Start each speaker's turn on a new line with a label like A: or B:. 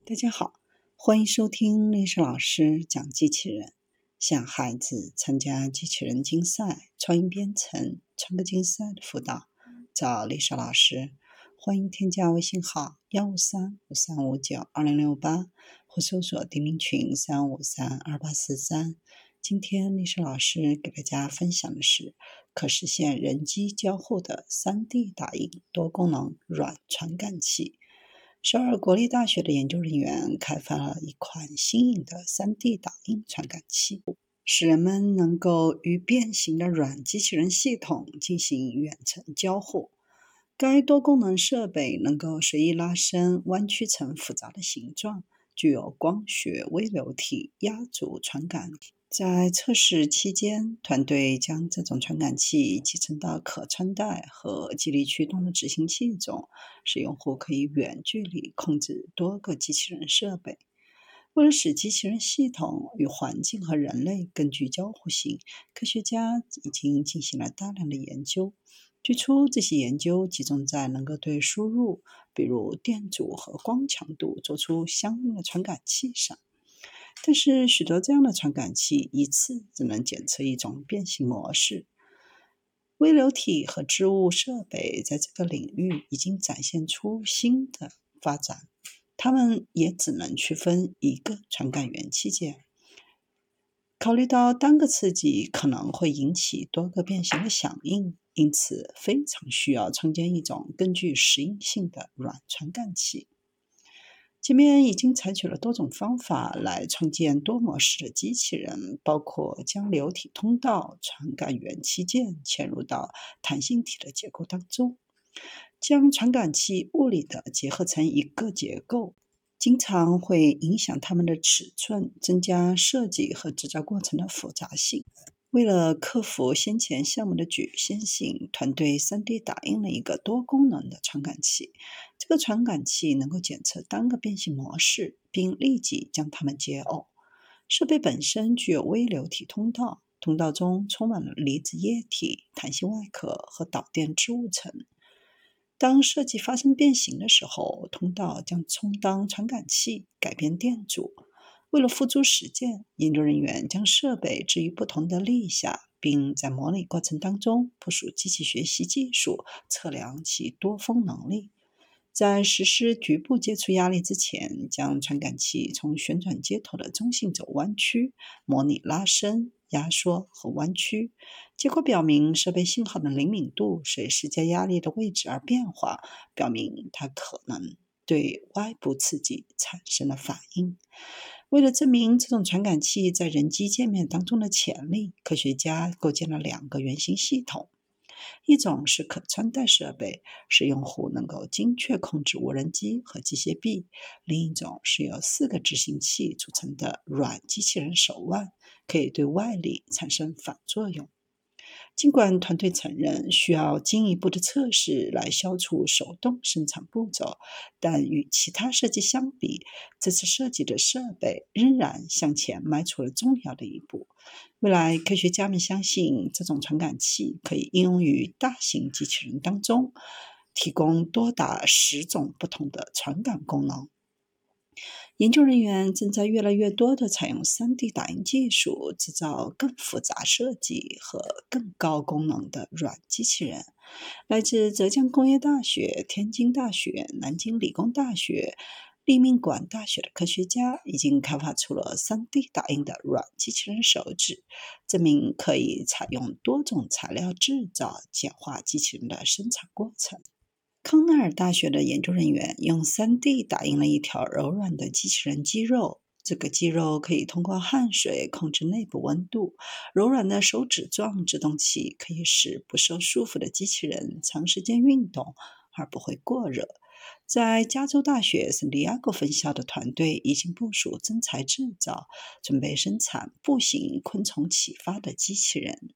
A: 大家好，欢迎收听历史老师讲机器人。想孩子参加机器人竞赛、创意编程、创客竞赛的辅导，找历史老师。欢迎添加微信号15353592068，或搜索钉钉群3532843。今天历史老师给大家分享的是可实现人机交互的 3D 打印多功能软传感器。首尔国立大学的研究人员开发了一款新颖的 3D 打印传感器，使人们能够与变形的软机器人系统进行远程交互。该多功能设备能够随意拉伸、弯曲成复杂的形状，具有光学微流体压铸传感。在测试期间，团队将这种传感器集成到可穿戴和激励驱动的执行器中，使用户可以远距离控制多个机器人设备。为了使机器人系统与环境和人类更具交互性，科学家已经进行了大量的研究。最初，这些研究集中在能够对输入，比如电阻和光强度，做出相应的传感器上。但是许多这样的传感器一次只能检测一种变形模式。微流体和织物设备在这个领域已经展现出新的发展，它们也只能区分一个传感元器件。考虑到单个刺激可能会引起多个变形的响应，因此非常需要创建一种更具适应性的软传感器。前面已经采取了多种方法来创建多模式的机器人，包括将流体通道传感元器件嵌入到弹性体的结构当中，将传感器物理的结合成一个结构，经常会影响它们的尺寸，增加设计和制造过程的复杂性。为了克服先前项目的局限性，团队 3D 打印了一个多功能的传感器。这个传感器能够检测单个变形模式，并立即将它们解耦。设备本身具有微流体通道，通道中充满了离子液体、弹性外壳和导电织物层。当设计发生变形的时候，通道将充当传感器，改变电阻。为了付诸实践，研究人员将设备置于不同的力下，并在模拟过程当中部署机器学习技术，测量其多峰能力。在实施局部接触压力之前，将传感器从旋转接头的中性轴弯曲，模拟拉伸、压缩和弯曲。结果表明，设备信号的灵敏度随施加压力的位置而变化，表明它可能对外部刺激产生了反应。为了证明这种传感器在人机界面当中的潜力，科学家构建了两个原型系统。一种是可穿戴设备，使用户能够精确控制无人机和机械臂；另一种是由4个执行器组成的软机器人手腕，可以对外力产生反作用。尽管团队承认需要进一步的测试来消除手动生产步骤，但与其他设计相比，这次设计的设备仍然向前迈出了重要的一步。未来，科学家们相信这种传感器可以应用于大型机器人当中，提供多达10种不同的传感功能。研究人员正在越来越多地采用 3D 打印技术，制造更复杂设计和更高功能的软机器人。来自浙江工业大学、天津大学、南京理工大学、立命馆大学的科学家已经开发出了 3D 打印的软机器人手指，证明可以采用多种材料制造，简化机器人的生产过程。康奈尔大学的研究人员用 3D 打印了一条柔软的机器人肌肉，这个肌肉可以通过汗水控制内部温度。柔软的手指状制动器可以使不受束缚的机器人长时间运动，而不会过热。在加州大学圣地亚哥分校的团队已经部署真材制造，准备生产步行昆虫启发的机器人。